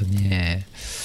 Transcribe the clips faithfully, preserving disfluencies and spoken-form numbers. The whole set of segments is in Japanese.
ね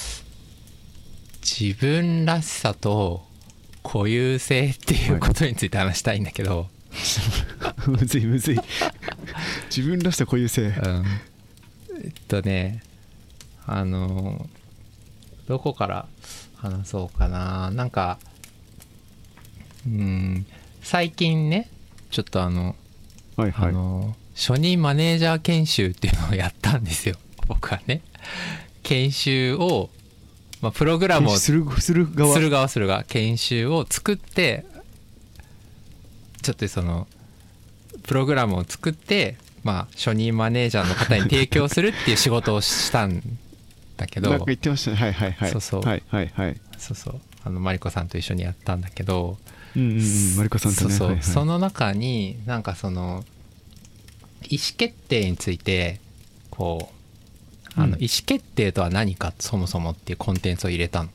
自分らしさと固有性っていうことについて話したいんだけど、 はい、むずいむずい自分らしさ固有性、うん、 えっとねあのどこから話そうかな。なんかうーん最近ねちょっとあの、はいはい、あの初任マネージャー研修っていうのをやったんですよ僕はね。研修を、まあ、プログラムをするする側する側する側研修を作ってちょっとそのプログラムを作って、まあ、初任マネージャーの方に提供するっていう仕事をしたんだけどなんか言ってましたね。はいはいはいそうそうはいはいはいそうそうあのマリコさんと一緒にやったんだけど、 うんうんうん、マリコさんとね、 そうそう、 はいはい、 その中になんかその意思決定についてこうあの意思決定とは何かそもそもっていうコンテンツを入れたの。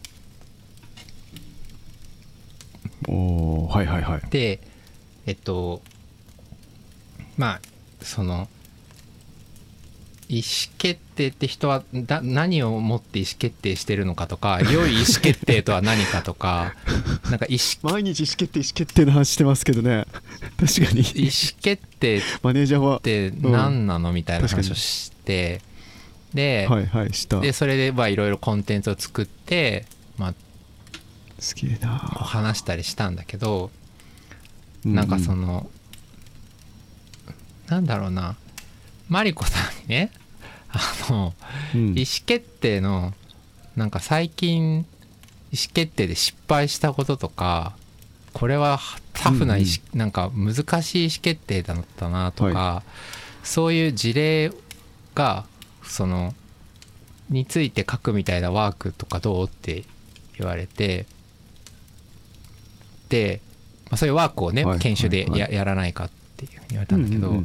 おーはいはいはい。 でえっとまあその意思決定って人はだ何をもって意思決定してるのかとか良い意思決定とは何かとかなんか意思毎日意思決定意思決定の話してますけどね。確かに意思決定マネージャーはって何なのみたいな話をしてで、 はいはい、したでそれでいろいろコンテンツを作って、まあ、 すげえな話したりしたんだけど、うんうん、なんかそのなんだろうなマリコさんにねあの、うん、意思決定のなんか最近意思決定で失敗したこととかこれはタフな意思、うんうん、なんか難しい意思決定だったなとか、はい、そういう事例がそのについて書くみたいなワークとかどうって言われてで、まあ、そういうワークをね、はい、研修で や,、はいはい、やらないかって言われたんだけど、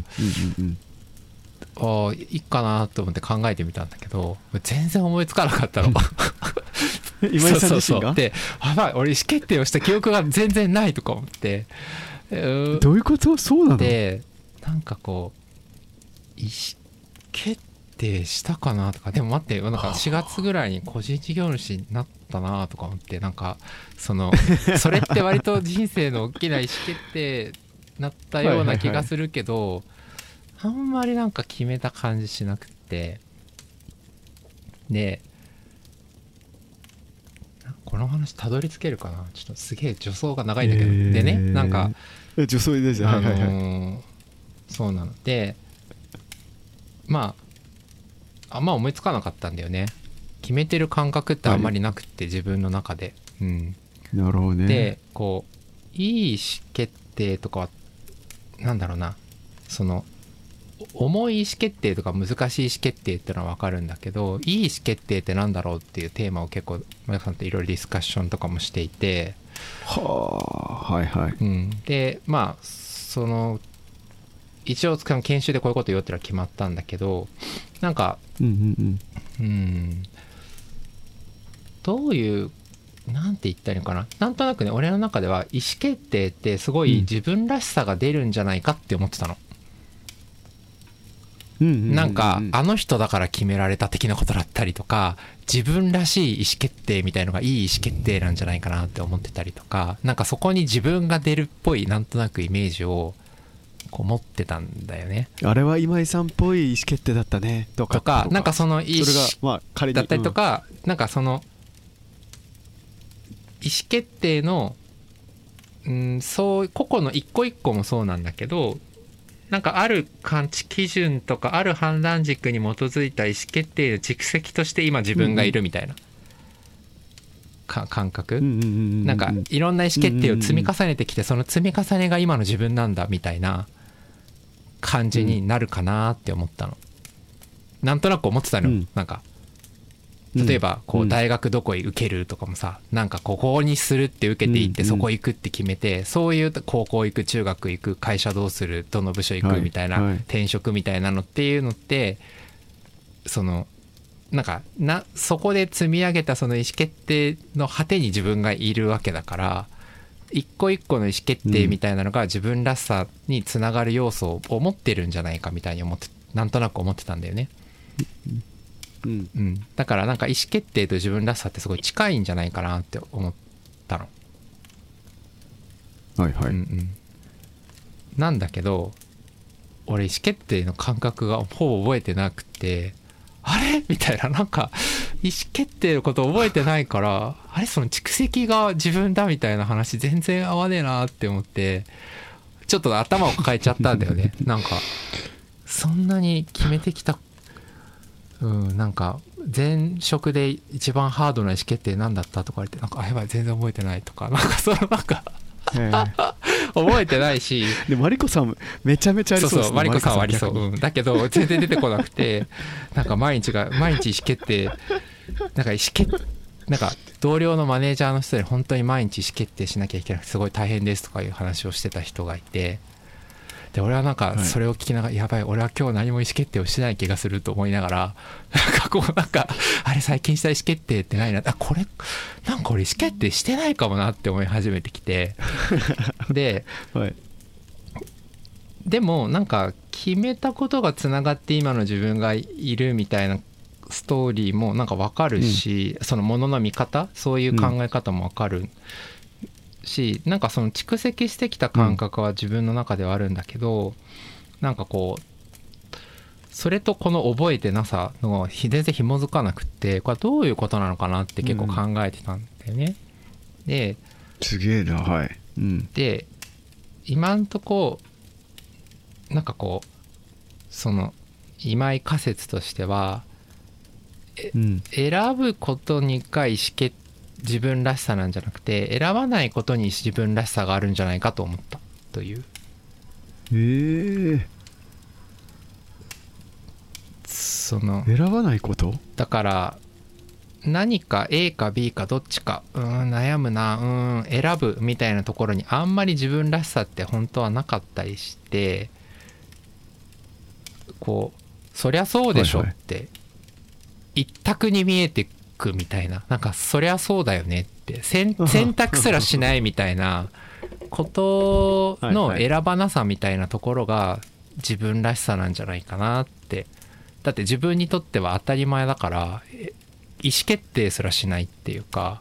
ああいいかなと思って考えてみたんだけど全然思いつかなかったの今井さん自身が。 そうそうそうでやばい俺意思決定をした記憶が全然ないとか思ってうどういうこと？そうなの？ でなんかこう意思決定したかなとかでも待ってなんかしがつぐらいに個人事業主になったなとか思ってなんかそのそれって割と人生の大きな意思決定なったような気がするけどはいはいはいあんまりなんか決めた感じしなくてでこの話たどり着けるかなちょっとすげえ助走が長いんだけど、えー、でねなんか助走でじゃあ、はいはいはいー、そうなのでまああんま思いつかなかったんだよね決めてる感覚ってあんまりなくて、はい、自分の中で、うん、 なるほどねでこういい意思決定とかはなんだろうなその重い意思決定とか難しい意思決定ってのは分かるんだけどいい意思決定ってなんだろうっていうテーマを結構皆さんといろいろディスカッションとかもしていてはあはいはい、 うん、でまあその一応研修でこういうこと言おうってのは決まったんだけどなんかうんうんうんうんどういうなんて言ったらいいのかななんとなくね俺の中では意思決定ってすごい自分らしさが出るんじゃないかって思ってたの、うん、なんかあの人だから決められた的なことだったりとか自分らしい意思決定みたいのがいい意思決定なんじゃないかなって思ってたりとかなんかそこに自分が出るっぽいなんとなくイメージをこう持ってたんだよね。 あれは今井さんっぽい意思決定だったねとかとかなんかその意思だったりとか、うん、なんかその意思決定の、うん、そう個々の一個一個もそうなんだけどなんかある感知基準とかある判断軸に基づいた意思決定の蓄積として今自分がいるみたいな、うんか感覚、うんうんうんうん、なんかいろんな意思決定を積み重ねてきてその積み重ねが今の自分なんだみたいな感じになるかなって思ったの、うん、なんとなく思ってたの、うん、なんか例えばこう大学どこへ受けるとかもさなんかここにするって受けていってそこ行くって決めてそういう高校行く中学行く会社どうするどの部署行くみたいな転職みたいなのっていうのってそのなんかなそこで積み上げたその意思決定の果てに自分がいるわけだから一個一個の意思決定みたいなのが自分らしさにつながる要素を持ってるんじゃないかみたいに思ってなんとなく思ってたんだよね。 うんうん、だからなんか意思決定と自分らしさってすごい近いんじゃないかなって思ったの。 はいはい、 うんうん、なんだけど俺意思決定の感覚がほぼ覚えてなくて、あれみたいな、なんか意思決定のこと覚えてないからあれその蓄積が自分だみたいな話全然合わねえなって思ってちょっと頭を抱えちゃったんだよね。なんかそんなに決めてきた、うん、なんか前職で一番ハードな意思決定なんだったとか言って、なんかあやばい全然覚えてないとか、なんかそのなんか覚えてないしでマリコさんめちゃめちゃありそうですね。 そうそうマリコさんはありそう、 マリコさんうん、だけど全然出てこなくてなんか毎日が毎日意思決定なんか意思決なんか同僚のマネージャーの人で本当に毎日意思決定しなきゃいけなくてすごい大変ですとかいう話をしてた人がいて、で俺はなんかそれを聞きながら、はい、やばい俺は今日何も意思決定をしてない気がすると思いながら、なんかこうなんかあれ最近した意思決定ってないな、あこれなんか俺意思決定してないかもなって思い始めてきてで、はい、でもなんか決めたことがつながって今の自分がいるみたいなストーリーもなんか分かるし、うん、そのものの見方そういう考え方も分かる、うんし、なんかその蓄積してきた感覚は自分の中ではあるんだけど、うん、なんかこうそれとこの覚えてなさの全然紐づかなくって、これはどういうことなのかなって結構考えてたんだよね、うん、ですげえな、はい、うん、 で今んとこなんかこうその今井仮説としては、うん、選ぶことにが意思決定自分らしさなんじゃなくて選ばないことに自分らしさがあるんじゃないかと思ったという。 えー、 その選ばないことだから何か A か B かどっちかうーん悩むなうーん選ぶみたいなところにあんまり自分らしさって本当はなかったりして、こうそりゃそうでしょって一択に見えてみたいな、なんかそりゃそうだよねって選択すらしないみたいなことの選ばなさみたいなところが自分らしさなんじゃないかなって。だって自分にとっては当たり前だから意思決定すらしないっていうか、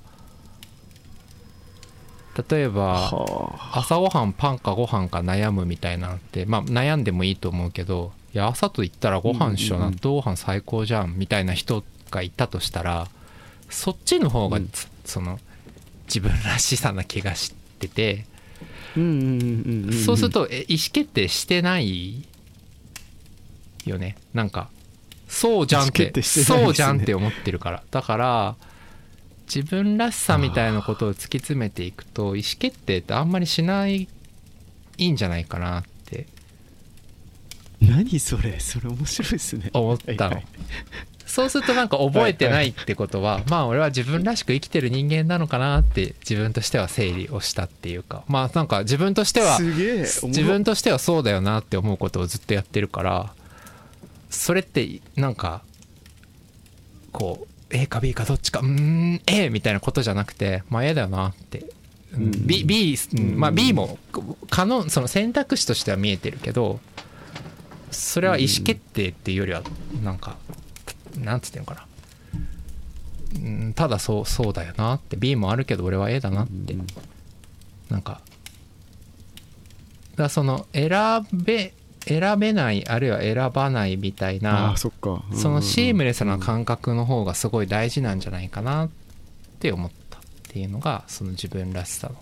例えば朝ごはんパンかご飯か悩むみたいなのって、まあ悩んでもいいと思うけど、いや朝と言ったらご飯っしょ、納豆ご飯最高じゃんみたいな人がいたとしたら、そっちの方が、うん、その自分らしさな気がしてて、そうするとえ意思決定してないよね。なんかそうじゃんって、そうじゃんって思ってるから。だから自分らしさみたいなことを突き詰めていくと意思決定ってあんまりしないいいんじゃないかなって。 何それそれ面白いですね。 思ったの。そうするとなんか覚えてないってことは、まあ俺は自分らしく生きてる人間なのかなって自分としては整理をしたっていうか、まあなんか自分としては自分としてはそうだよなって思うことをずっとやってるから、それってなんかこう A か B かどっちかうーん A みたいなことじゃなくて、まあ A だよなって、うん、B, B まあ B も可能その選択肢としては見えてるけど、それは意思決定っていうよりはなんかなんつってんのかな、うん、ただそうそうだよなって、 B もあるけど俺は A だなって、なんかだからその選べ選べないあるいは選ばないみたいな、 あそっか、 そのシームレスな感覚の方がすごい大事なんじゃないかなって思ったっていうのがその自分らしさの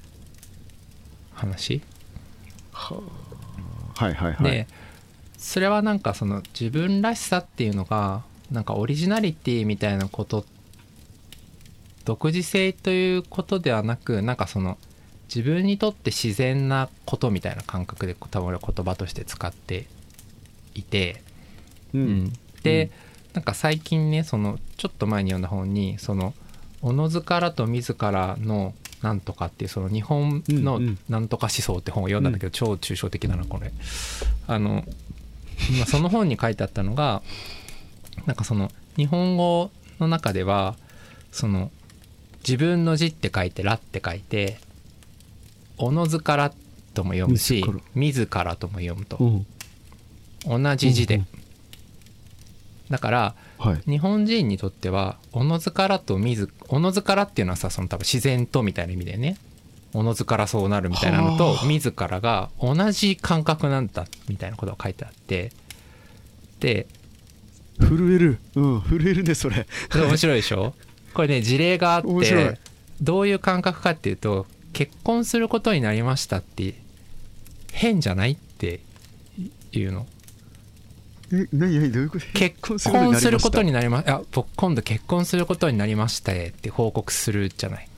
話。 はあ、はいはいはい。 でそれはなんかその自分らしさっていうのがなんかオリジナリティみたいなこと、独自性ということではなく、なんかその自分にとって自然なことみたいな感覚で多分俺は言葉として使っていて、うん、うん、で、うん、なんか最近ねそのちょっと前に読んだ本にそのおのずからと自らのなんとかっていうその日本のなんとか思想って本を読んだんだけど、うん、超抽象的だなこれ。あの、まあ、その本に書いてあったのがなんかその日本語の中ではその自分の字って書いてらって書いておのずからとも読むし自らとも読むと、うん、同じ字で、うんうん、 だからはい日本人にとってはおのずからと自おのずからっていうのはさ、その多分自然とみたいな意味でね、おのずからそうなるみたいなのとはあ自らが同じ感覚なんだみたいなことが書いてあって、で震える、うん震えるねそれ。 面白いでしょ。これね事例があっ面白いて、どういう感覚かっていうと、結婚することになりましたって変じゃないっていうの。 え何何どういうこと？ 結婚することになりました。いや僕今度結婚することになりましたって報告するじゃない。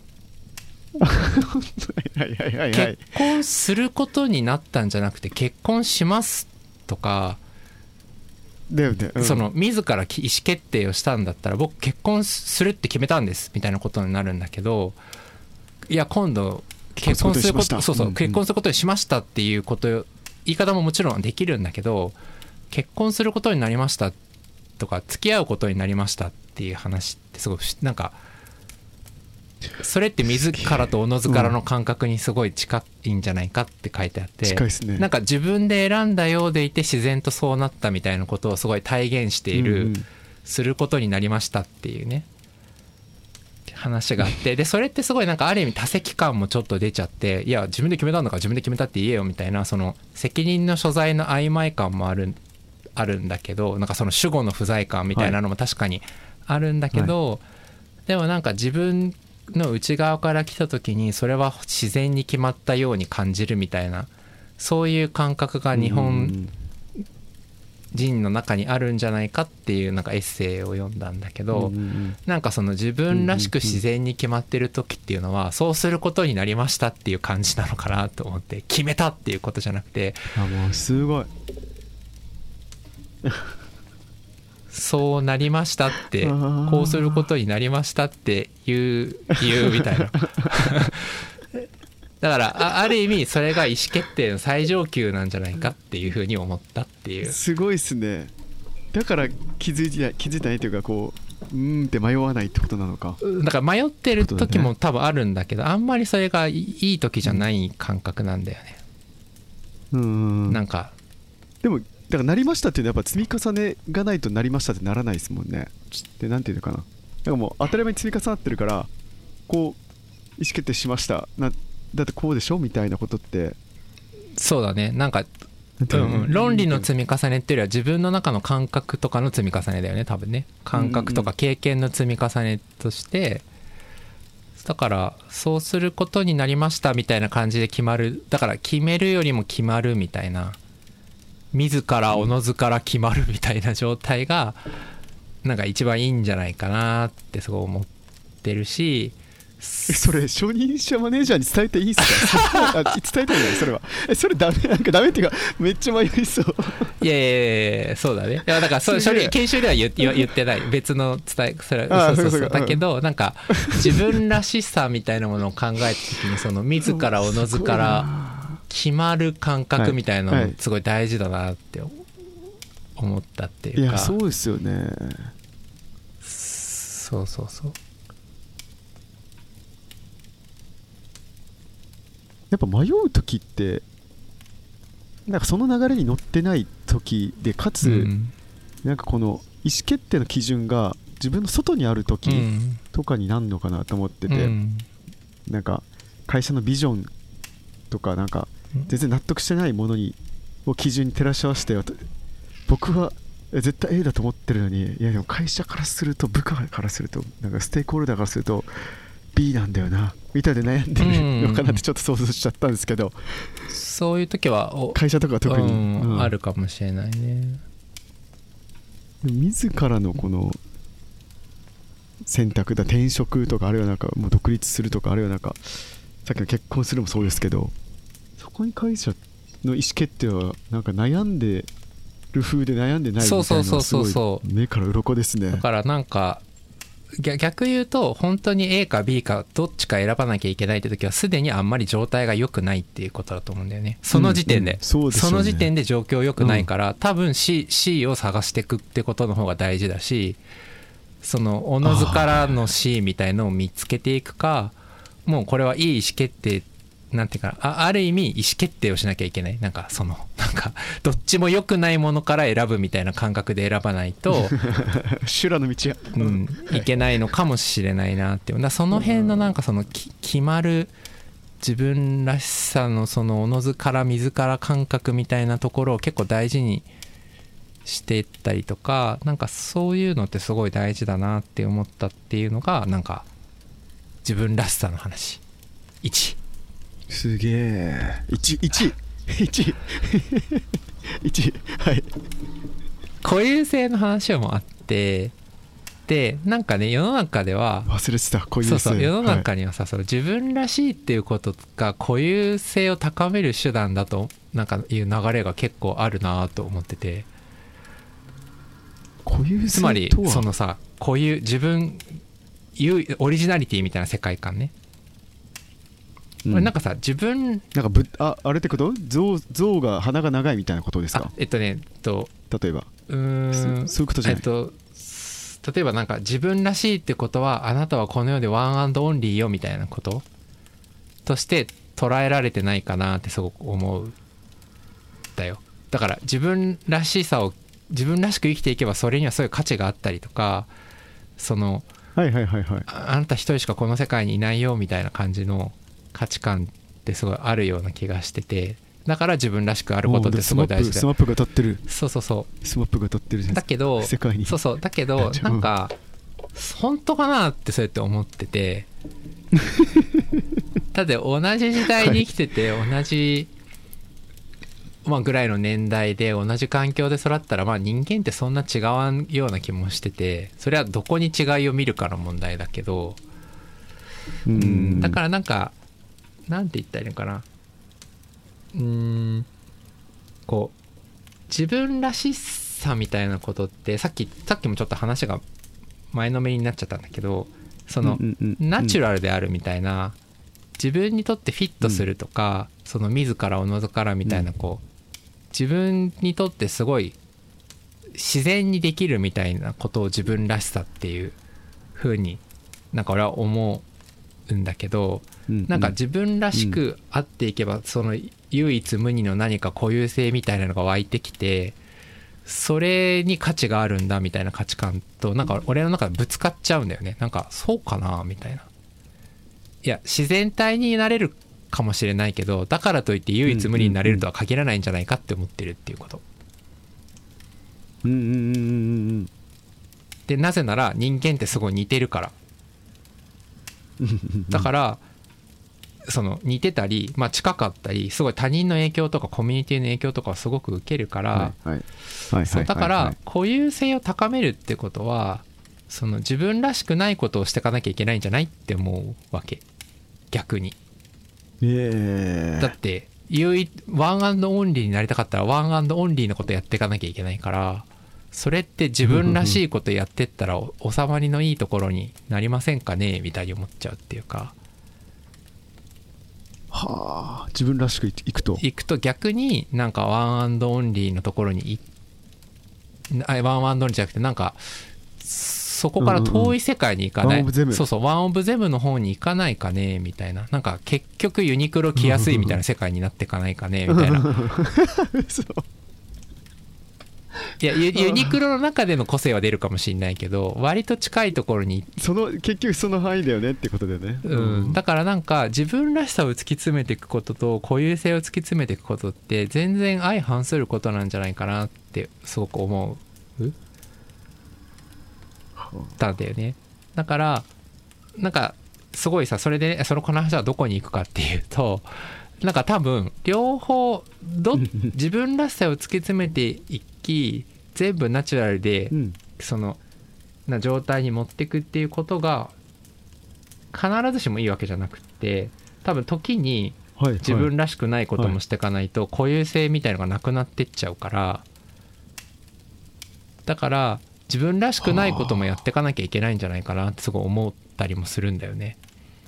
はいはいはいはい。 結婚することになったんじゃなくて結婚しますとか、 だよね、うん、 その自ら意思決定をしたんだったら、僕結婚するって決めたんですみたいなことになるんだけど、いや今度結婚すること、そうそう、結婚することにしましたっていうこと、言い方ももちろんできるんだけど、結婚することになりましたとか付き合うことになりましたっていう話ってすごいなんか、それって自らとおのずからの感覚にすごい近いんじゃないかって書いてあって、 近いですね。 なんか自分で選んだようでいて自然とそうなったみたいなことをすごい体現している、うんうん、することになりましたっていうね話があって、でそれってすごいなんかある意味多責感もちょっと出ちゃって、いや自分で決めたんだから自分で決めたって言えよみたいな、その責任の所在の曖昧感もあるあるんだけど、なんかその主語の不在感みたいなのも確かにあるんだけど、はい、でもなんか自分の内側から来た時にそれは自然に決まったように感じるみたいな、そういう感覚が日本人の中にあるんじゃないかっていうなんかエッセイを読んだんだけど、なんかその自分らしく自然に決まってる時っていうのはそうすることになりましたっていう感じなのかなと思って、決めたっていうことじゃなくて、 あもうすごいそうなりましたって、こうすることになりましたって言う言うみたいなだから あ, ある意味それが意思決定の最上級なんじゃないかっていうふうに思ったっていう。 すごいっすね。だから気づいてない気づいてないというか、こううーんって迷わないってことなのか。 だから迷ってる時も多分あるんだけど、あんまりそれがいい時じゃない感覚なんだよね。 うん、 なんかでもだからなりましたっていうのはやっぱ積み重ねがないとなりましたってならないですもんね。でなんていうのかな、なんかもう当たり前に積み重なってるから、こう意思決定しましたな、だってこうでしょみたいなことって、 そうだね、なんか、うんうん、論理の積み重ねっていうよりは自分の中の感覚とかの積み重ねだよね多分ね。感覚とか経験の積み重ねとして、だからそうすることになりましたみたいな感じで決まる。だから決めるよりも決まるみたいな、自らおのずから決まるみたいな状態がなんか一番いいんじゃないかなってすごい思ってるし、 えそれ初任者マネージャーに伝えていいですか？あ伝えたいんだよそれは。えそれダメなんかダメっていうかめっちゃ迷いそう。 いやいやいやそうだね。いやだからそれ研修では 言, 言ってない、別の伝えそれはそうそうそうだけど、なんか自分らしさみたいなものを考えた時にその自らおのずから決まる感覚みたいなのすごい大事だなって思ったっていうか。 いやそうですよね。 そうそうそう。 やっぱ迷う時ってなんかその流れに乗ってない時で、かつ、うん、なんかこの意思決定の基準が自分の外にある時とかになるのかなと思ってて、うん、なんか会社のビジョンとかなんか全然納得してないものにを基準に照らし合わせて、僕は絶対 A だと思ってるのに、いやでも会社からすると部下からするとなんかステークホルダーからすると B なんだよなみたいで悩んでるのかなってちょっと想像しちゃったんですけど、 うん、そういう時は会社とか特に、 うんうん、 あるかもしれないね。 自らのこの選択だ、転職とかあるいはなんかもう独立するとかあるいはなんかさっきの結婚するもそうですけど、そこに会社の意思決定はなんか悩んでる風で悩んでないみたいなのがすごい目から鱗ですね。 だからなんか逆言うと本当に A か B かどっちか選ばなきゃいけないって時はすでにあんまり状態が良くないっていうことだと思うんだよね、その時点で、うんうん そ, でね、その時点で状況良くないから、うん、多分 C, C を探していくってことの方が大事だし、そのおのずからの C みたいのを見つけていくか、もうこれはいい意思決定なんていうかな あ, ある意味意思決定をしなきゃいけない、なんかそのなんかどっちも良くないものから選ぶみたいな感覚で選ばないと修羅の道や、 うん、いけないのかもしれないなっていう。だその辺のなんかそのき決まる自分らしさのそのおのずから自ら感覚みたいなところを結構大事にしていったりとか、なんかそういうのってすごい大事だなって思ったっていうのがなんか自分らしさの話いち。 すげえ。いち、いち、いち、いち、はい。 固有性の話もあって、でなんかね世の中では忘れてた固有性。 そうそう、世の中にはさ、はい、その自分らしいっていうことが固有性を高める手段だとなんかいう流れが結構あるなと思ってて、 固有性とはつまりそのさ固有自分オリジナリティみたいな世界観ね。うん、なんかさ自分なんかぶ あ, あれってこと象象が鼻が長いみたいなことですか。 あえっとねえっと例えばうーんそういうことじゃない。 えっと例えばなんか自分らしいってことはあなたはこの世でワンアンドオンリーよみたいなこととして捉えられてないかなってすごく思うんだよ。だから自分らしさを自分らしく生きていけばそれにはそういう価値があったりとか、そのはいはいはいはい、 あ, あなた一人しかこの世界にいないよみたいな感じの価値観ってすごいあるような気がしてて、だから自分らしくあることってすごい大事だよ。 スマップが立ってる。 そうそうそうスマップが立ってるじゃん。 だけど世界にそうそうだけどなんか本当かなってそうやって思っててだって同じ時代に生きてて、はい、同じ、まあ、ぐらいの年代で同じ環境で育ったら、まあ人間ってそんな違わんような気もしてて、それはどこに違いを見るかの問題だけど、 うん、 だからなんかなんて言ったらいいのかな、うーんこう自分らしさみたいなことってさっきさっきもちょっと話が前のめりになっちゃったんだけど、そのナチュラルであるみたいな、自分にとってフィットするとか、その自らおのずからみたいな、こう自分にとってすごい自然にできるみたいなことを自分らしさっていう風になんか俺は思うんだけど、なんか自分らしくあっていけばその唯一無二の何か固有性みたいなのが湧いてきて、それに価値があるんだみたいな価値観となんか俺の中でぶつかっちゃうんだよね。なんかそうかなみたいな。いや自然体になれるかもしれないけど、だからといって唯一無二になれるとは限らないんじゃないかって思ってるっていうこと。 うんうんうんうんうん。 でなぜなら人間ってすごい似てるから。だからその似てたり、まあ、近かったりすごい他人の影響とかコミュニティの影響とかをすごく受けるから、だから固有性を高めるってことはその自分らしくないことをしていかなきゃいけないんじゃないって思うわけ。逆に、 えー、 だって唯一ワンアンドオンリーになりたかったらワンアンドオンリーのことやっていかなきゃいけないから、それって自分らしいことやってったら収まりのいいところになりませんかねみたいに思っちゃうっていうか。 はあ、自分らしくいくといくと逆になんかワンアンドオンリーのところにワンアンドオンリーじゃなくてなんかそこから遠い世界に行かない、うんうん、そうそうワンオブゼムの方に行かないかねみたいな、なんか結局ユニクロ着やすいみたいな世界になっていかないかねみたいないや ユ, ユニクロの中での個性は出るかもしれないけど割と近いところにその結局その範囲だよねってことだよね、 うん、だからなんか自分らしさを突き詰めていくことと固有性を突き詰めていくことって全然相反することなんじゃないかなってすごく思うたんだよね。だからなんかすごいさそれでそのこの話はどこに行くかっていうとなんか多分両方ど自分らしさを突き詰めていき全部ナチュラルでそのな状態に持っていくっていうことが必ずしもいいわけじゃなくって多分時に自分らしくないこともしていかないと固有性みたいのがなくなってっちゃうからだから自分らしくないこともやっていかなきゃいけないんじゃないかなってすごい思ったりもするんだよね。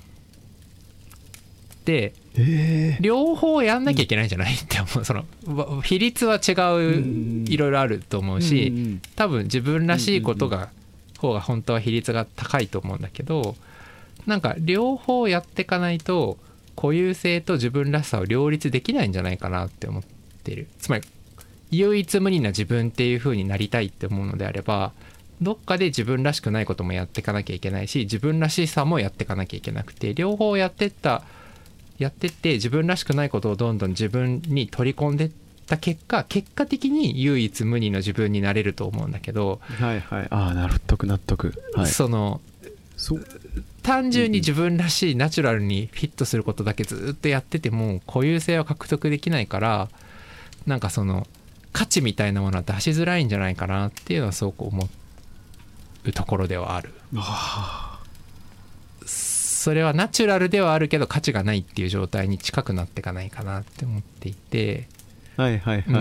で、えー、両方やんなきゃいけないんじゃないって思う。その比率は違ういろいろあると思うし多分自分らしいことが方が本当は比率が高いと思うんだけどなんか両方やっていかないと固有性と自分らしさを両立できないんじゃないかなって思ってる。つまり唯一無二な自分っていう風になりたいって思うのであれば、どっかで自分らしくないこともやっていかなきゃいけないし、自分らしさもやっていかなきゃいけなくて、両方やってったやってって自分らしくないことをどんどん自分に取り込んでった結果、結果的に唯一無二の自分になれると思うんだけど、 はいはい、ああ納得納得、はい、 そのそ単純に自分らしいナチュラルにフィットすることだけずっとやってても固有性は獲得できないから、なんかその価値みたいなものは出しづらいんじゃないかなっていうのはすごく思うところではある。 あそれはナチュラルではあるけど価値がないっていう状態に近くなっていかないかなって思っていて、 はいはいはい、うん、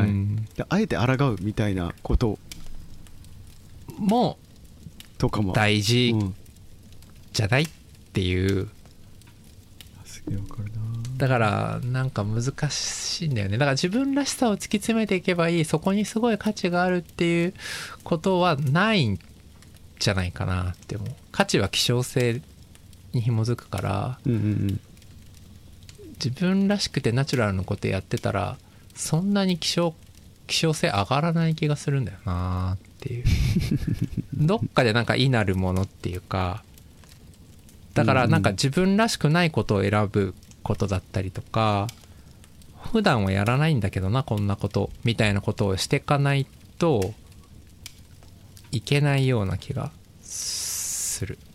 あえて抗うみたいなこともとかも大事じゃないっていう、うん、 すげえわかるな。 だからなんか難しいんだよね。だから自分らしさを突き詰めていけばいい、そこにすごい価値があるっていうことはないんじゃないかなって思う。価値は希少性に紐づくから、 うんうんうん、 自分らしくてナチュラルなことやってたらそんなに希少、希少性上がらない気がするんだよなっていうどっかでなんか異なるものっていうか、だからなんか自分らしくないことを選ぶことだったりとか、普段はやらないんだけどなこんなことみたいなことをしていかないといけないような気がする。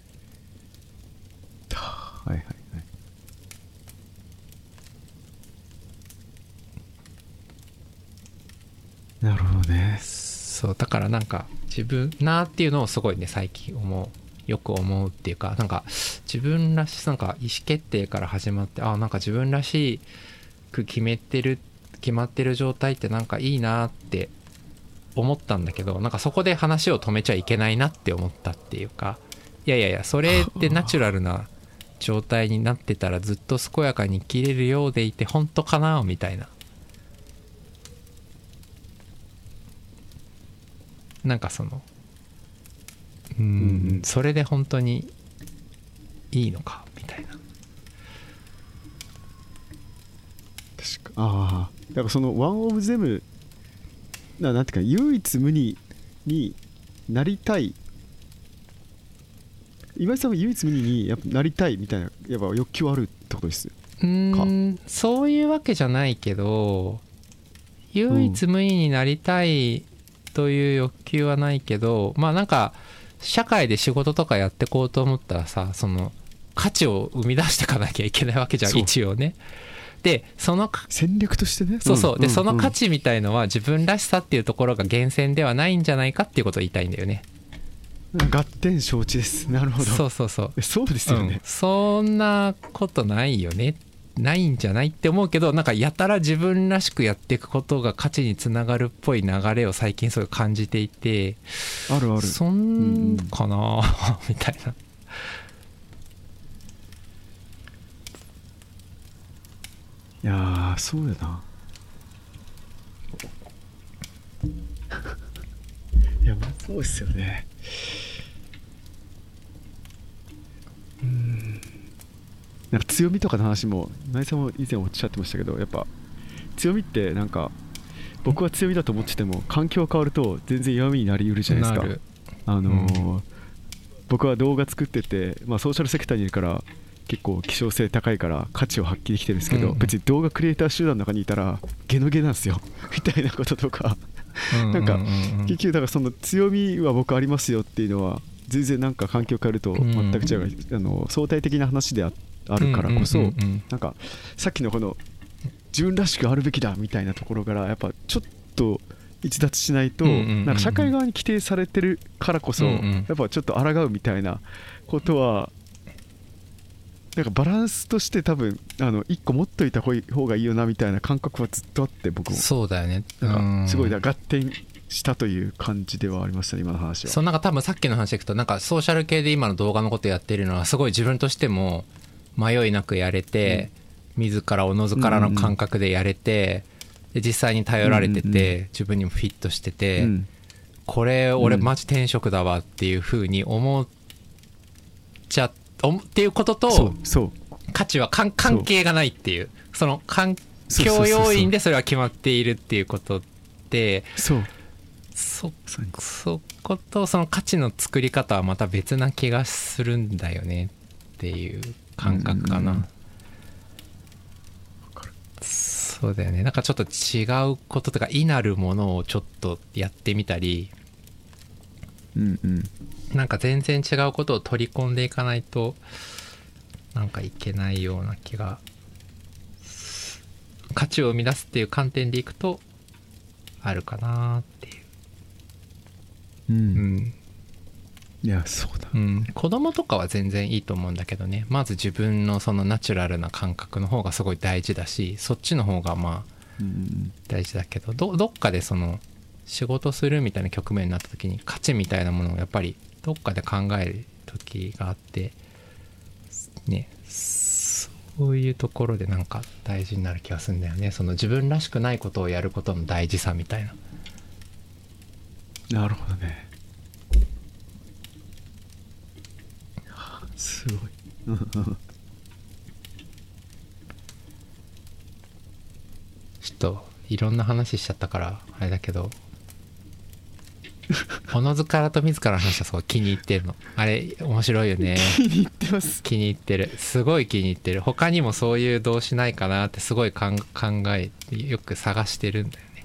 はいはいはい。なるほどね。 そうだからなんか自分なっていうのをすごいね最近思う、よく思うっていうか、なんか自分らしなんか意思決定から始まって、あなんか自分らしく決めてる決まってる状態ってなんかいいなって思ったんだけど、なんかそこで話を止めちゃいけないなって思ったっていうか、いやいやいやそれってナチュラルな状態になってたらずっと健やかに生きれるようでいて本当かなみたいな、なんかそのうーん、うんうん、それで本当にいいのかみたいな。 確かああだからそのワンオブゼムな、なんていうか唯一無二になりたい、今井さんは唯一無二にやっぱなりたいみたいなやっぱ欲求あるってことですか？ うーんそういうわけじゃないけど、唯一無二になりたいという欲求はないけど、うん、まあなんか社会で仕事とかやってこうと思ったらさ、その価値を生み出していかなきゃいけないわけじゃん一応ね。でその戦略としてね、 そうそう、で、 うん、 その価値みたいのは自分らしさっていうところが源泉ではないんじゃないかっていうことを言いたいんだよね。 合点承知です。なるほど。 そうそうそうそうですよね、うん、 そんなことないよね、ないんじゃないって思うけど、なんかやたら自分らしくやっていくことが価値につながるっぽい流れを最近すごい感じていて、 あるある、 そんかな、うん、みたいな。 いやーそうだな。いやまあそうですよね。うーん、なんか強みとかの話も今井さんも以前おっしゃってましたけど、やっぱ強みってなんか僕は強みだと思ってても環境が変わると全然弱みになりうるじゃないですか。あのーうん、僕は動画作ってて、まあ、ソーシャルセクターにいるから結構希少性高いから価値を発揮できてるんですけど、うんうん、別に動画クリエイター集団の中にいたらゲノゲなんですよみたいなこととかなんか結局だからその強みは僕ありますよっていうのは全然なんか環境変えると全く違う、うん、あの相対的な話で あ, あるからこそ、うんうんうんうん、なんかさっきのこの自分らしくあるべきだみたいなところからやっぱちょっと逸脱しないと、うんうんうんうん、なんか社会側に規定されてるからこそ、うんうん、やっぱちょっと抗うみたいなことはなんかバランスとして多分あのいっこ持っといた方がいいよなみたいな感覚はずっとあって、僕もそうだよね、 なんかすごい合点したという感じではありましたね今の話は。 そうなんか多分さっきの話でいくとなんかソーシャル系で今の動画のことやってるのはすごい自分としても迷いなくやれて、うん、自らおのずからの感覚でやれて、うんうん、で実際に頼られてて、うんうんうん、自分にもフィットしてて、うん、これ俺マジ転職だわっていう風に思っちゃってっていうこととそうそう価値は関係がないっていう、その環境要因でそれは決まっているっていうことで、 そうそそことその価値の作り方はまた別な気がするんだよねっていう感覚かな。そうだよね。なんかちょっと違うこととか異なるものをちょっとやってみたり、 うんうん、 なんか全然違うことを取り込んでいかないとなんかいけないような気が、価値を生み出すっていう観点でいくとあるかなっていう。 うん、 うん、 いやそうだ、 うん、子供とかは全然いいと思うんだけどね。まず自分のそのナチュラルな感覚の方がすごい大事だし、そっちの方がまあ大事だけど、 ど, どっかでその仕事するみたいな局面になった時に価値みたいなものをやっぱりどっかで考える時があってね、そういうところでなんか大事になる気がするんだよね。その自分らしくないことをやることの大事さみたいな。 なるほどね。すごいちょっといろんな話しちゃったからあれだけどおのずからと自らの話はすごい気に入ってるの。あれ面白いよね。 気に入ってます。 気に入ってる、すごい気に入ってる。他にもそういう動詞ないかなってすごいかん考えてよく探してるんだよね。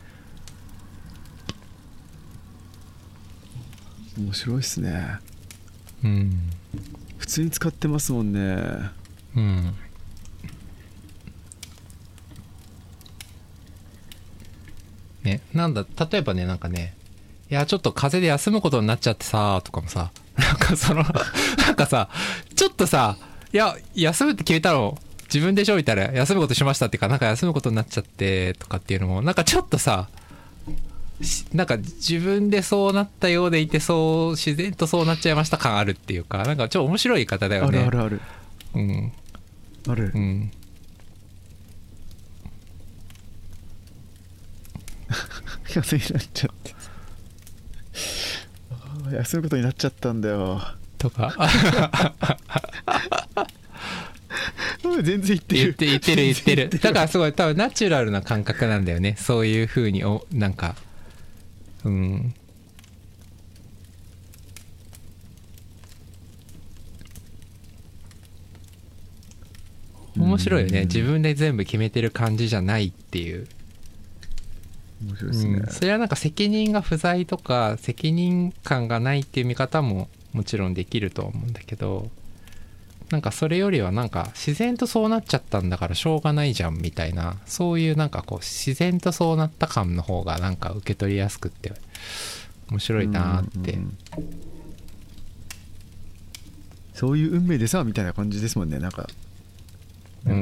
面白いっすね。 うん、 普通に使ってますもんね。 うんね、なんだ例えばね、なんかね、いやちょっと風邪で休むことになっちゃってさとかもさ、なんかそのなんかさちょっとさ、いや休むって決めたの自分でしょみたいな、休むことしましたっていうか、なんか休むことになっちゃってとかっていうのもなんかちょっとさ、なんか自分でそうなったようでいて、そう自然とそうなっちゃいました感あるっていうか、なんかちょっと面白い言い方だよね。 あるあるある、 うんある、 うん休みになっちゃって休むことになっちゃったんだよとか全然言ってる言ってる言ってる言ってる。だからすごい多分ナチュラルな感覚なんだよね。そういう風におなんかうん面白いよね。自分で全部決めてる感じじゃないっていう。 面白いですね、 うん、それはなんか責任が不在とか責任感がないっていう見方ももちろんできると思うんだけど、なんかそれよりはなんか自然とそうなっちゃったんだからしょうがないじゃんみたいな、そういうなんかこう自然とそうなった感の方がなんか受け取りやすくって面白いなって、うんうんうん、 そういう運命でさみたいな感じですもんね。なんか、 うん、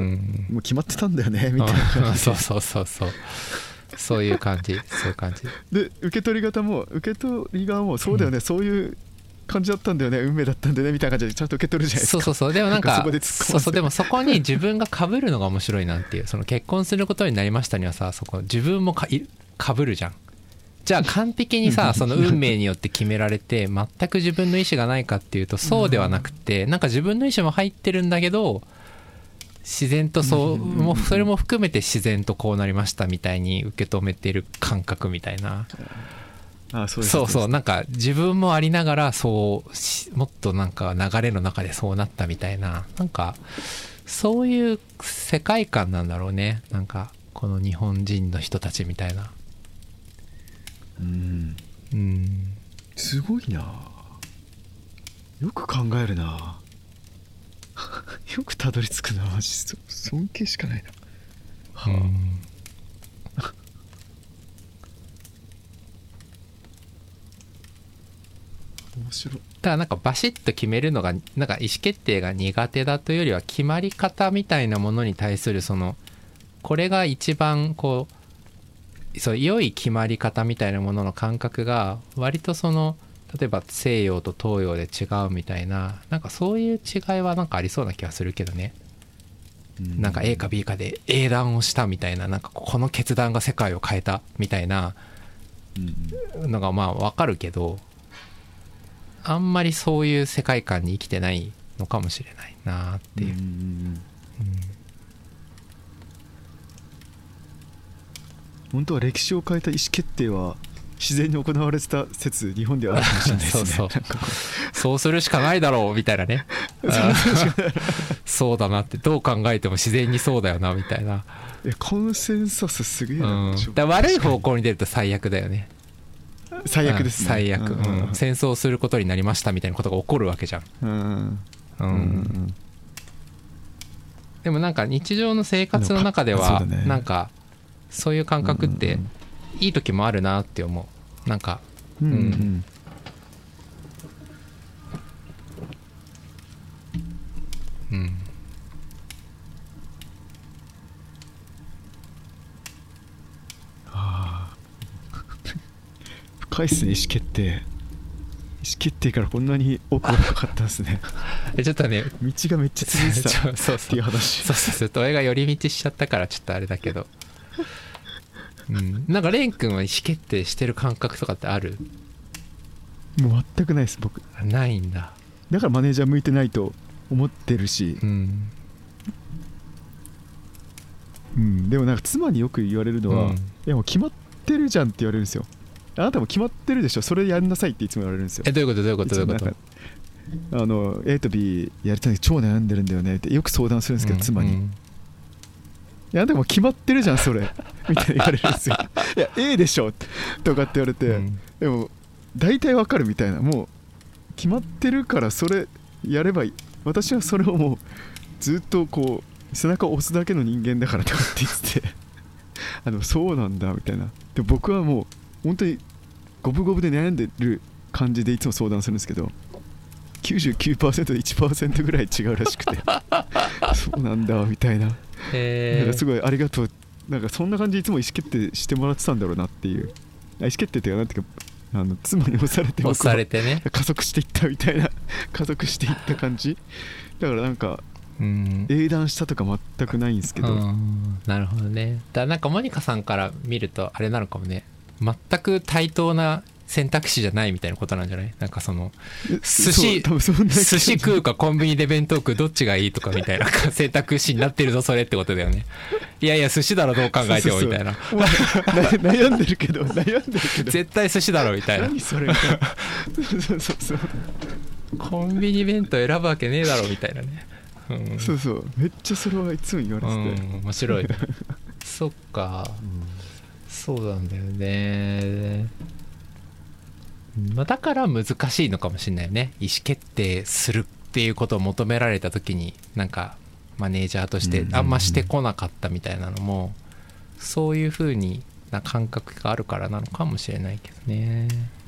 もう決まってたんだよねみたいな感じそうそうそうそうそういう感じ、そういう感じで、受け取り方も受け取り側もそうだよね、うん、そういう感じだったんだよね、運命だったんだよねみたいな感じでちゃんと受け取るじゃないですか。 そうそうそう。でもなんかそうそう、でもそこに自分が被るのが面白いなっていう。その結婚することになりましたにはさ、そこ自分もか被るじゃん。じゃあ完璧にさその運命によって決められて全く自分の意思がないかっていうとそうではなくて、なんか自分の意思も入ってるんだけど自然とそう、もうそれも含めて自然とこうなりましたみたいに受け止めてる感覚みたいな。 ああ、そうです、 そうそう、なんか自分もありながらそうもっとなんか流れの中でそうなったみたいな、なんかそういう世界観なんだろうね。なんかこの日本人の人たちみたいな。 うん、 うん、 すごいな。よく考えるな。よくたどり着くな。マジ尊敬しかないな。はあ、うん面白い。 だからなんかバシッと決めるのがなんか意思決定が苦手だというよりは、決まり方みたいなものに対するそのこれが一番こうそう良い決まり方みたいなものの感覚が割とその例えば西洋と東洋で違うみたいな、なんかそういう違いはなんかありそうな気がするけどね。なんか A か B かで英断をしたみたいな、なんかこの決断が世界を変えたみたいなのがまあわかるけど、あんまりそういう世界観に生きてないのかもしれないなっていう、うんうん、 本当は歴史を変えた意思決定は自然に行われてた説日本ではあるかもしれないですね。 そうそうそうするしかないだろうみたいなねそうだなってどう考えても自然にそうだよなみたいな。 えコンセンサスすげえな、 うん、だ悪い方向に出ると最悪だよね。 最悪ですね、 最悪、うんうん、戦争することになりましたみたいなことが起こるわけじゃん、うんうんうん、でもなんか日常の生活の中ではなんかそういう感覚っていい時もあるなって思う。なんかうん、うんうんうん深いっすね意思決定。意思決定からこんなに奥が深かったんですねちょっとね道がめっちゃ続いてたっていう話。 そうそうそうそう俺が寄り道しちゃったからちょっとあれだけど、うん、なんかレン君は意思決定してる感覚とかってある？ もう全くないです僕。 ないんだ。 だからマネージャー向いてないと思ってるし、うんうん、でもなんか妻によく言われるのは、うん、いやもう決まってるじゃんって言われるんですよ。あなたも決まってるでしょそれやんなさいっていつも言われるんですよ。 えどういうことどういうことどういうこと。 あの A と B やりたい超悩んでるんだよねってよく相談するんですけど、うん、妻に、うん、いやでも決まってるじゃんそれみたいに言われるんですよいや A でしょとかって言われて、うん、でも大体わかるみたいな、もう決まってるからそれやればいい、私はそれをもうずっとこう背中を押すだけの人間だからとかって言っててあのそうなんだみたいな。で僕はもう本当に五分五分で悩んでる感じでいつも相談するんですけど きゅうじゅうきゅうパーセント で いちパーセント ぐらい違うらしくてそうなんだみたいな、なんかすごいありがとう、なんかそんな感じでいつも意思決定してもらってたんだろうなっていう、意思決定っていうかなんていうかあの妻に押されて押されてね加速していったみたいな加速していった感じだからなんかうん英断したとか全くないんですけど、 なるほどね。だからなんかモニカさんから見るとあれなのかもね、全く対等な選択肢じゃないみたいなことなんじゃない？なんかその寿司寿司食うかコンビニで弁当食うどっちがいいとかみたいな選択肢になってるぞそれってことだよね。いやいや寿司だろどう考えてもみたいな。 そうそうそう悩んでるけど悩んでるけど絶対寿司だろみたいな。 何それみたいなそうそうそうコンビニ弁当選ぶわけねえだろみたいなね、 うん、そうそうめっちゃそれはいつも言われてて、 うん、面白いそっか、うん、そうなんだよね。まあ、だから難しいのかもしれないよね。意思決定するっていうことを求められた時になんかマネージャーとしてあんましてこなかったみたいなのもそういう風にな感覚があるからなのかもしれないけどね。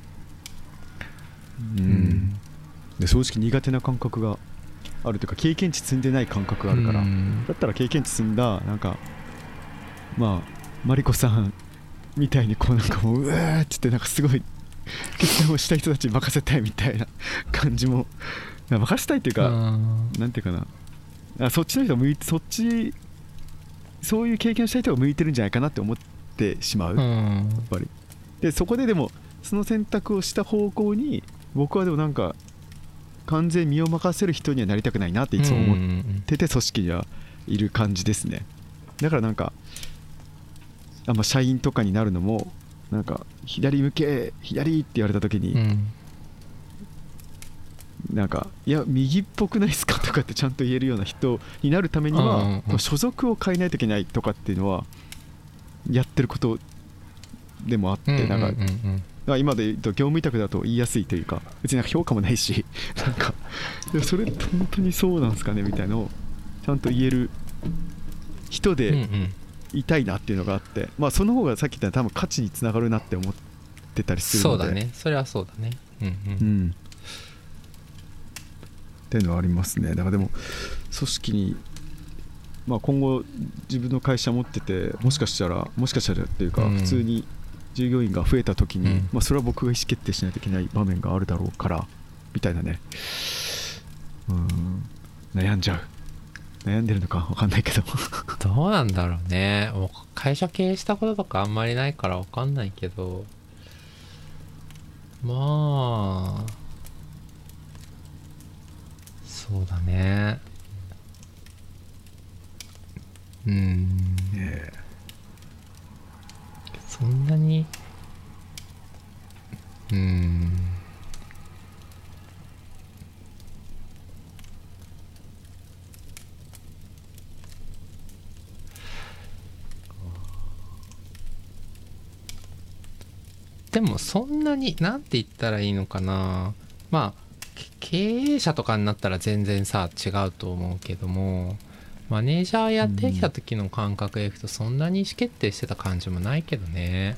うん、うん、で正直苦手な感覚があるというか経験値積んでない感覚があるから、うん、だったら経験値積んだなんかまあマリコさんみたいにこうなんかもううわーって言ってなんかすごい決断をした人たちに任せたいみたいな感じも任せたいっていうか、なんていうかな、あそっちの人向いてそっちそういう経験をした人が向いてるんじゃないかなって思ってしまう、やっぱり。でそこででもその選択をした方向に僕はでもなんか完全に身を任せる人にはなりたくないなっていつも思ってて組織にはいる感じですね。だからなんかあんま社員とかになるのもなんか左向け左って言われた時に、うん、なんかいや右っぽくないですかとかってちゃんと言えるような人になるためには、うんうん、所属を変えないといけないとかっていうのはやってることでもあって、うんうんうんうん、なんかだから今で言うと業務委託だと言いやすいというか別になんか評価もないしなんかそれって本当にそうなんですかねみたいなのをちゃんと言える人で、うんうんいたいなっていうのがあって、まあその方がさっき言った多分価値につながるなって思ってたりするので。 そうだね、それはそうだね、うんうん、 うん、っていうのはありますね。だからでも組織に、まあ、今後自分の会社持っててもしかしたらもしかしたらっていうか、うん、普通に従業員が増えた時に、うんまあ、それは僕が意思決定しないといけない場面があるだろうからみたいなね、うん悩んじゃう悩んでるのか分かんないけどどうなんだろうね。もう会社経営したこととかあんまりないから分かんないけど、まあそそうだね。うーん、 ね、 そんなにうーんでもそんなになんて言ったらいいのかな。まあ経営者とかになったら全然さ違うと思うけども、マネージャーやってきた時の感覚でいくとそんなに意思決定してた感じもないけどね。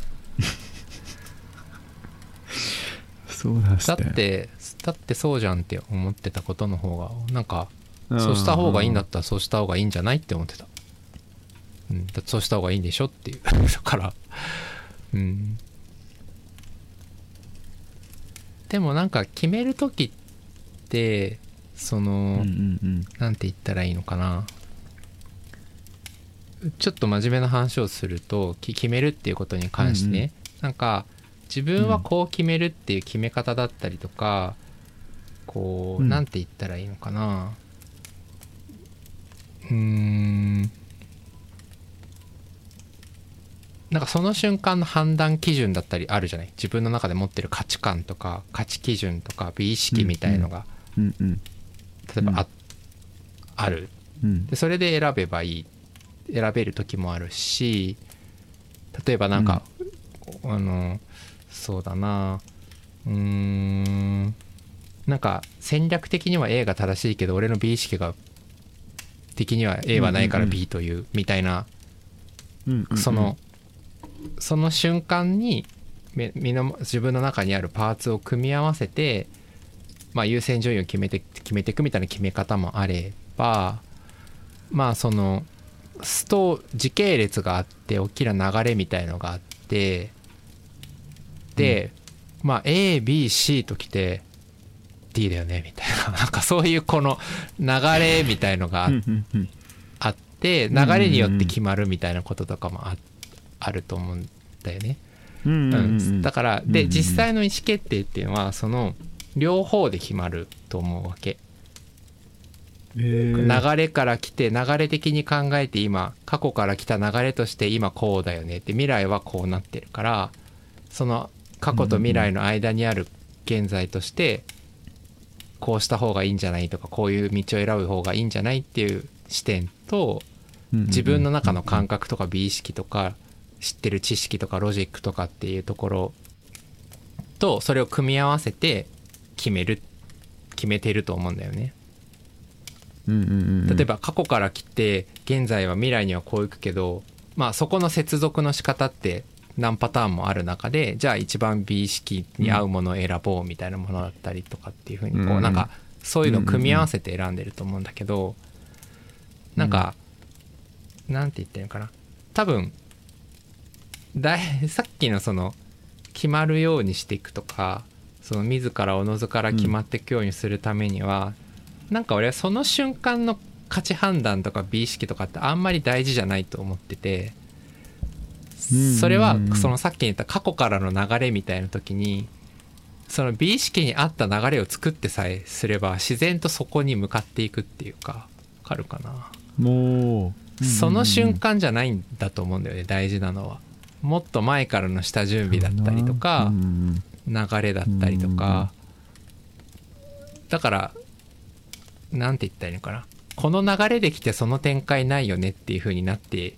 そうなんですだね。 ってだってそうじゃんって思ってたことの方がなんか、そうした方がいいんだったらそうした方がいいんじゃないって思ってた。うん、だってそうした方がいいんでしょっていうだからうん。でもなんか決める時ってその、うんうんうん、なんて言ったらいいのかな。ちょっと真面目な話をすると決めるっていうことに関してね、うんうん、なんか自分はこう決めるっていう決め方だったりとか、こう、うん、なんて言ったらいいのかな。うーんなんかその瞬間の判断基準だったりあるじゃない。自分の中で持ってる価値観とか価値基準とか美意識みたいのが、うんうん、例えば あ,、うん、ある、うん、でそれで選べばいい、選べる時もあるし、例えばなんか、うん、あのそうだなうーんなんか戦略的には A が正しいけど俺の美意識が的には A はないから B という、うんうんうん、みたいな、うんうんうん、そのその瞬間に身の自分の中にあるパーツを組み合わせて、まあ、優先順位を決めて決めていくみたいな決め方もあれば、まあそのスト時系列があって大きな流れみたいのがあって、で、うん、まあ A、B、C ときて D だよねみたいななんかそういうこの流れみたいのが あ, あって流れによって決まるみたいなこととかも あ, あると思うんだよね。うん、だからで実際の意思決定っていうのはその両方で決まると思うわけ。流れから来て流れ的に考えて今過去から来た流れとして今こうだよねって未来はこうなってるから、その過去と未来の間にある現在としてこうした方がいいんじゃないとかこういう道を選ぶ方がいいんじゃないっていう視点と、自分の中の感覚とか美意識とか知ってる知識とかロジックとかっていうところとそれを組み合わせて決める決めてると思うんだよね。うんうんうん、例えば過去から来て現在は未来にはこういくけど、まあそこの接続の仕方って何パターンもある中で、じゃあ一番美意識に合うものを選ぼうみたいなものだったりとかっていう風にこうなんかそういうのを組み合わせて選んでると思うんだけど、なんかなんて言ってるのかな、多分だいさっきのその決まるようにしていくとか、その自らおのずから決まっていくようにするためには、うん、なんか俺はその瞬間の価値判断とか美意識とかってあんまり大事じゃないと思ってて、それはそのさっき言った過去からの流れみたいな時にその美意識に合った流れを作ってさえすれば自然とそこに向かっていくっていうか、わかるかな。もうその瞬間じゃないんだと思うんだよね、大事なのは。もっと前からの下準備だったりとか流れだったりとか、だからなんて言ったらいいのかな、この流れで来てその展開ないよねっていう風になって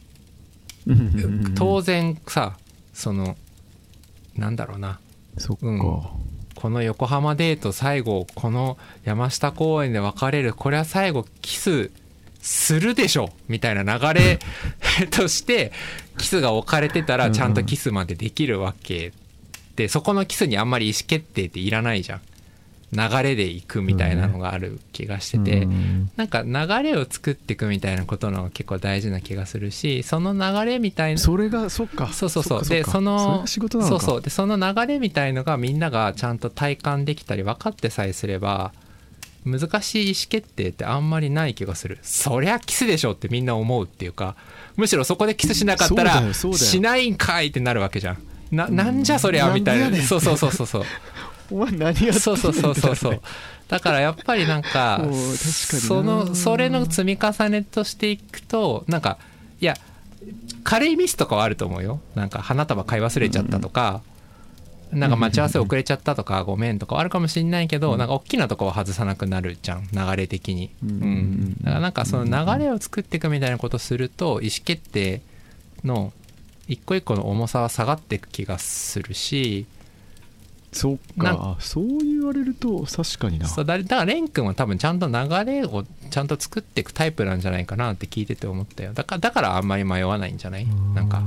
当然さ、そのなんだろうな、そっか、うん、この横浜デート最後この山下公園で別れる、これは最後キスするでしょみたいな流れとしてキスが置かれてたらちゃんとキスまでできるわけで、そこのキスにあんまり意思決定っていらないじゃん。流れでいくみたいなのがある気がしてて、なんか流れを作っていくみたいなことの結構大事な気がするし、その流れみたいな、 それがそっかそうそうそう、でそのそうそうでその流れみたいのがみんながちゃんと体感できたり分かってさえすれば難しい意思決定ってあんまりない気がする。そりゃキスでしょってみんな思うっていうか、むしろそこでキスしなかったらしないんかいってなるわけじゃん。な, なんじゃそりゃみたいな、そうそうそうそうそうお前何やってんのそうそうそうそうそうだからやっぱりなんか確かにそのそれの積み重ねとしていくとなんかいや軽いミスとかはあると思うよ。なんか花束買い忘れちゃったとか、うん、なんか待ち合わせ遅れちゃったとかごめんとかあるかもしれないけど、うん、なんか大きなとこは外さなくなるじゃん流れ的に、うんうん、だからなんかその流れを作っていくみたいなことすると意思決定の一個一個の重さは下がっていく気がするし、 そっかそう言われると確かにな。 そうだから蓮くんは多分ちゃんと流れをちゃんと作っていくタイプなんじゃないかなって聞いてて思ったよ。だからだからあんまり迷わないんじゃない？なんか、うん、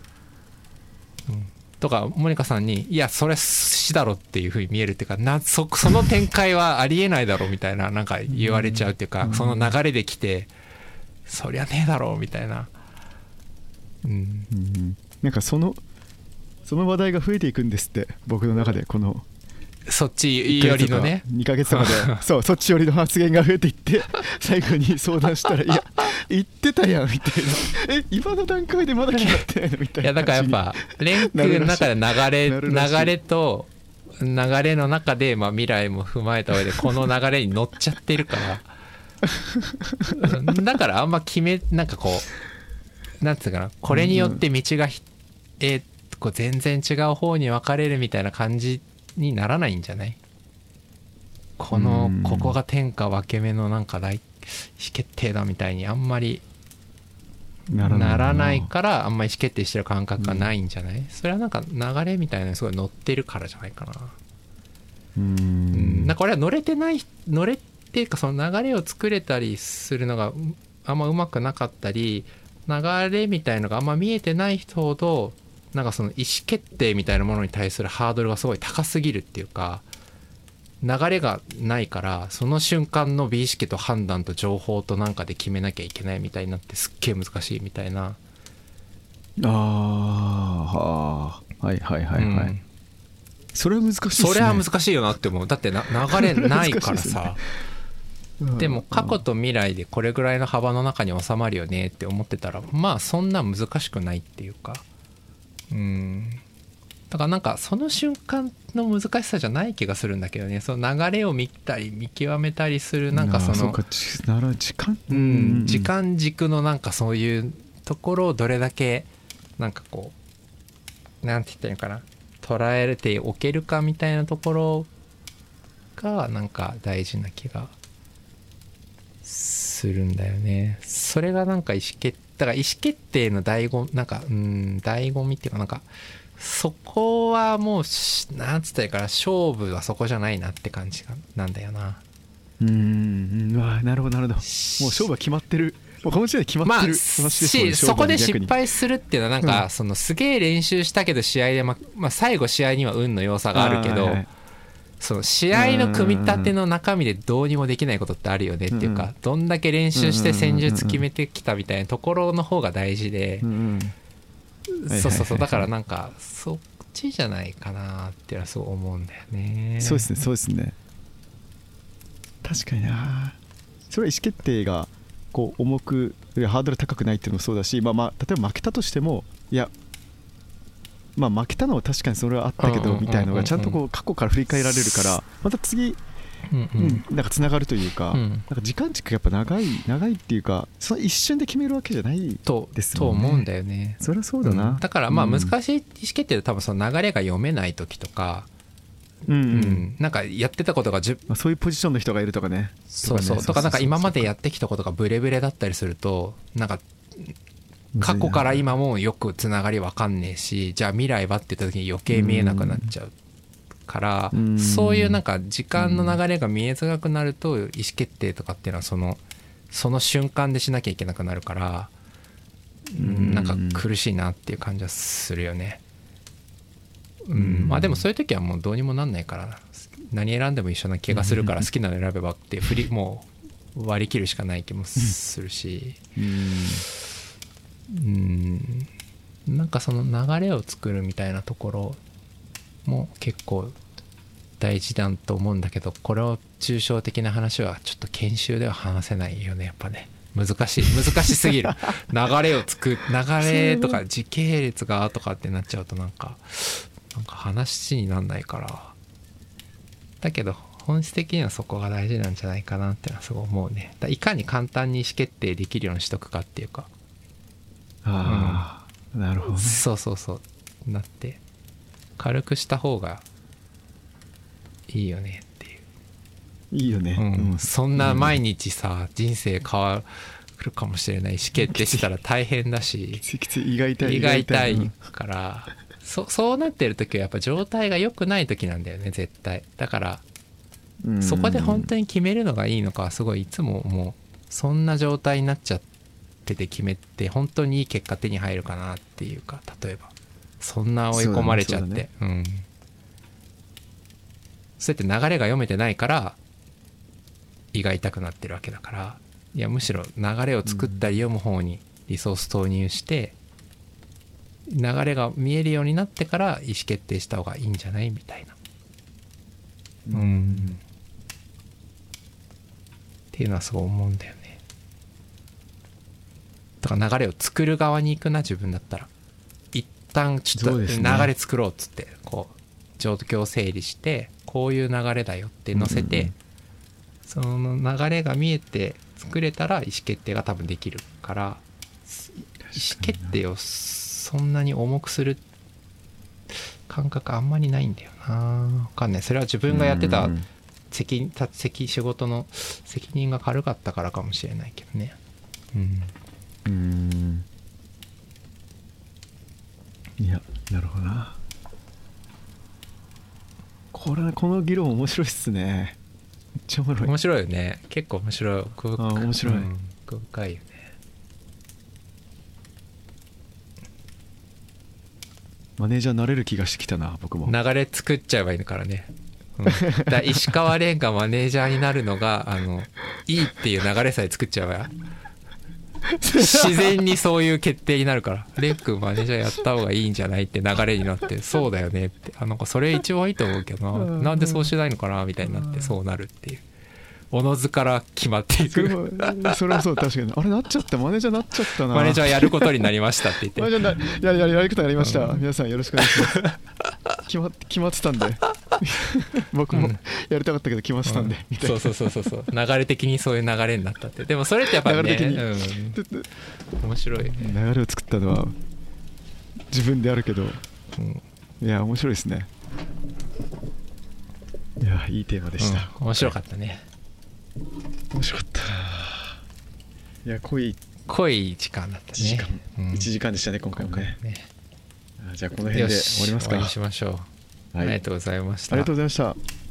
とかモニカさんにいやそれ死だろっていう風に見えるっていうかな そ, その展開はありえないだろみたいななんか言われちゃうっていうか、その流れで来てそりゃねえだろみたいな、うんうん、 なんかそのその話題が増えていくんですって僕の中で。このそっち寄りのねにかげつとかでそうそっち寄りの発言が増えていって最後に相談したらいや言ってたやんみたいなえ今の段階でまだ決まってないのみたいな。 いやだからやっぱ蓮くんの中で流れ流れと流れの中でまあ未来も踏まえた上でこの流れに乗っちゃってるからだからあんま決めなんかこうなんつうかなこれによって道がひ、うん、えーこう全然違う方に分かれるみたいな感じにならないんじゃない？このここが天下分け目のなんか大意思決定だみたいにあんまりならないからあんまり意思決定してる感覚がないんじゃない？それはなんか流れみたいなのにすごい乗ってるからじゃないかな。うーんなんか俺は乗れてない乗れっていうかその流れを作れたりするのがあんまうまくなかったり流れみたいのがあんま見えてない人ほどなんかその意思決定みたいなものに対するハードルがすごい高すぎるっていうか流れがないからその瞬間の美意識と判断と情報となんかで決めなきゃいけないみたいになってすっげえ難しいみたいな。 ああはいはいはいはい、うん、それは難しいですね。 それは難しいよなって思う。だってな流れないからさで, ね、でも過去と未来でこれぐらいの幅の中に収まるよねって思ってたらまあそんな難しくないっていうかうんだからなんかその瞬間の難しさじゃない気がするんだけどね。その流れを見たり見極めたりするなんかそのそうかなら時間、 うん、時間軸のなんかそういうところをどれだけなんかこうなんて言ったらいいのかな捉えておけるかみたいなところがなんか大事な気がするんだよね。それがなんか意思決だから意思決定の醍醐なんかうん醍醐味っていうかなんかそこはもうなんつったらいいから勝負はそこじゃないなって感じなんだよな。 うーんうわなるほどなるほど。もう勝負は決まってる。もうこの時点で決まってる、 まあ、しそこで失敗するっていうのはなんか、うん、そのすげえ練習したけど試合で、ままあ、最後試合には運の要素があるけど、はいはい、その試合の組み立ての中身でどうにもできないことってあるよねっていうか、うんうん、どんだけ練習して戦術決めてきたみたいなところの方が大事で、うんうん、そうそうそうだからなんかそっちじゃないかなってはそう思うんだよね。 そうですねそうですね確かにな。それは意思決定がこう重くハードル高くないっていうのもそうだし、まあ、まあ例えば負けたとしてもいやまあ負けたのは確かにそれはあったけどみたいなのがちゃんとこう過去から振り返られるからまた次、うんうん、なんかつながるというか、うん、なんか時間軸がやっぱ長い長いっていうかその一瞬で決めるわけじゃないですもんね。 と思うんだよね。 そりゃそうだな、 うん、だからまあ難しい意思決定で多分その流れが読めない時とかうんうんうん、なんかやってたことがじゅ、 まあ、そういうポジションの人がいるとかね。 そうそうとかなんか今までやってきたことがブレブレだったりするとなんか過去から今もよくつながりわかんねえしじゃあ未来はって言った時に余計見えなくなっちゃうからそういうなんか時間の流れが見えづらくなると意思決定とかっていうのはそのその瞬間でしなきゃいけなくなるからうんなんか苦しいなっていう感じはするよね。うん、まあでもそういう時はもうどうにもなんないから何選んでも一緒な気がするから好きなの選べばって振りもう割り切るしかない気もするしうんなんかその流れを作るみたいなところも結構大事だと思うんだけどこれを抽象的な話はちょっと研修では話せないよねやっぱね。難しい難しすぎる流れを作る流れとか時系列がとかってなっちゃうとなんかなんか話になんないからだけど本質的にはそこが大事なんじゃないかなってのはすごい思うね。だいかに簡単に意思決定できるようにしとくかっていうか。 ああ、うん、なるほどね。 そうそうそう。だって軽くした方がいいよねっていう。 いいよね、 うんうん、 そんな毎日さ、人生変わるかもしれない意思決定したら大変だし、 きついきつい、胃が痛い胃が痛いから、うん、そ, そうなってる時はやっぱ状態が良くない時なんだよね絶対。だからそこで本当に決めるのがいいのかはすごいいつももうそんな状態になっちゃってて決めて本当にいい結果手に入るかなっていうか、例えばそんな追い込まれちゃって、ね、うん、そうやって流れが読めてないから胃が痛くなってるわけだから、いやむしろ流れを作ったり読む方にリソース投入して、流れが見えるようになってから意思決定した方がいいんじゃないみたいな、うん、うん、っていうのはすごい思うんだよね。だから流れを作る側に行くな、自分だったら一旦ちょっと流れ作ろうっつって、こう状況を整理してこういう流れだよって載せて、その流れが見えて作れたら意思決定が多分できるから、意思決定をそんなに重くする感覚あんまりないんだよな。わかんない、それは自分がやってた責責仕事の責任が軽かったからかもしれないけどね。うん、 うーん、いや、なるほどな。これこの議論面白いっすね。めっちゃおもろい。 面白いよね。結構面白い。 あ、面白い、うん、 奥深いよね。 マネージャーなれる気がしてきたな、僕も。 流れ作っちゃえばいいからね。うん、だ石川蓮がマネージャーになるのがあのいいっていう流れさえ作っちゃえば自然にそういう決定になるから、蓮くんマネージャーやった方がいいんじゃないって流れになって、そうだよねって、あなんかそれ一番いいと思うけどな、なんでそうしないのかなみたいになって、そうなるっていう、おのずから決まっていく。 それはそう、確かにあれなっちゃった、マネージャーなっちゃったな、 マネージャーやることになりましたって言ってマネージャーやややることになりました、うん、皆さんよろしくお願いします決ま決まってたんで僕もやりたかったけど決まってたんで、うん、みたいな。 そうそうそうそう、流れ的にそういう流れになったって。でもそれってやっぱりね、 流れ的に、 うん、面白いね。 流れを作ったのは自分であるけど、うん、いや面白いですね。いやいいテーマでした、 うん、面白かったね。 面白かった。いや濃い濃い時間だったね。いちじかん、 うん、いちじかんでしたね今回もね。ね、じゃあこの辺で終わりますか。 終わりしましょう。はい、ありがとうございました。 ありがとうございました。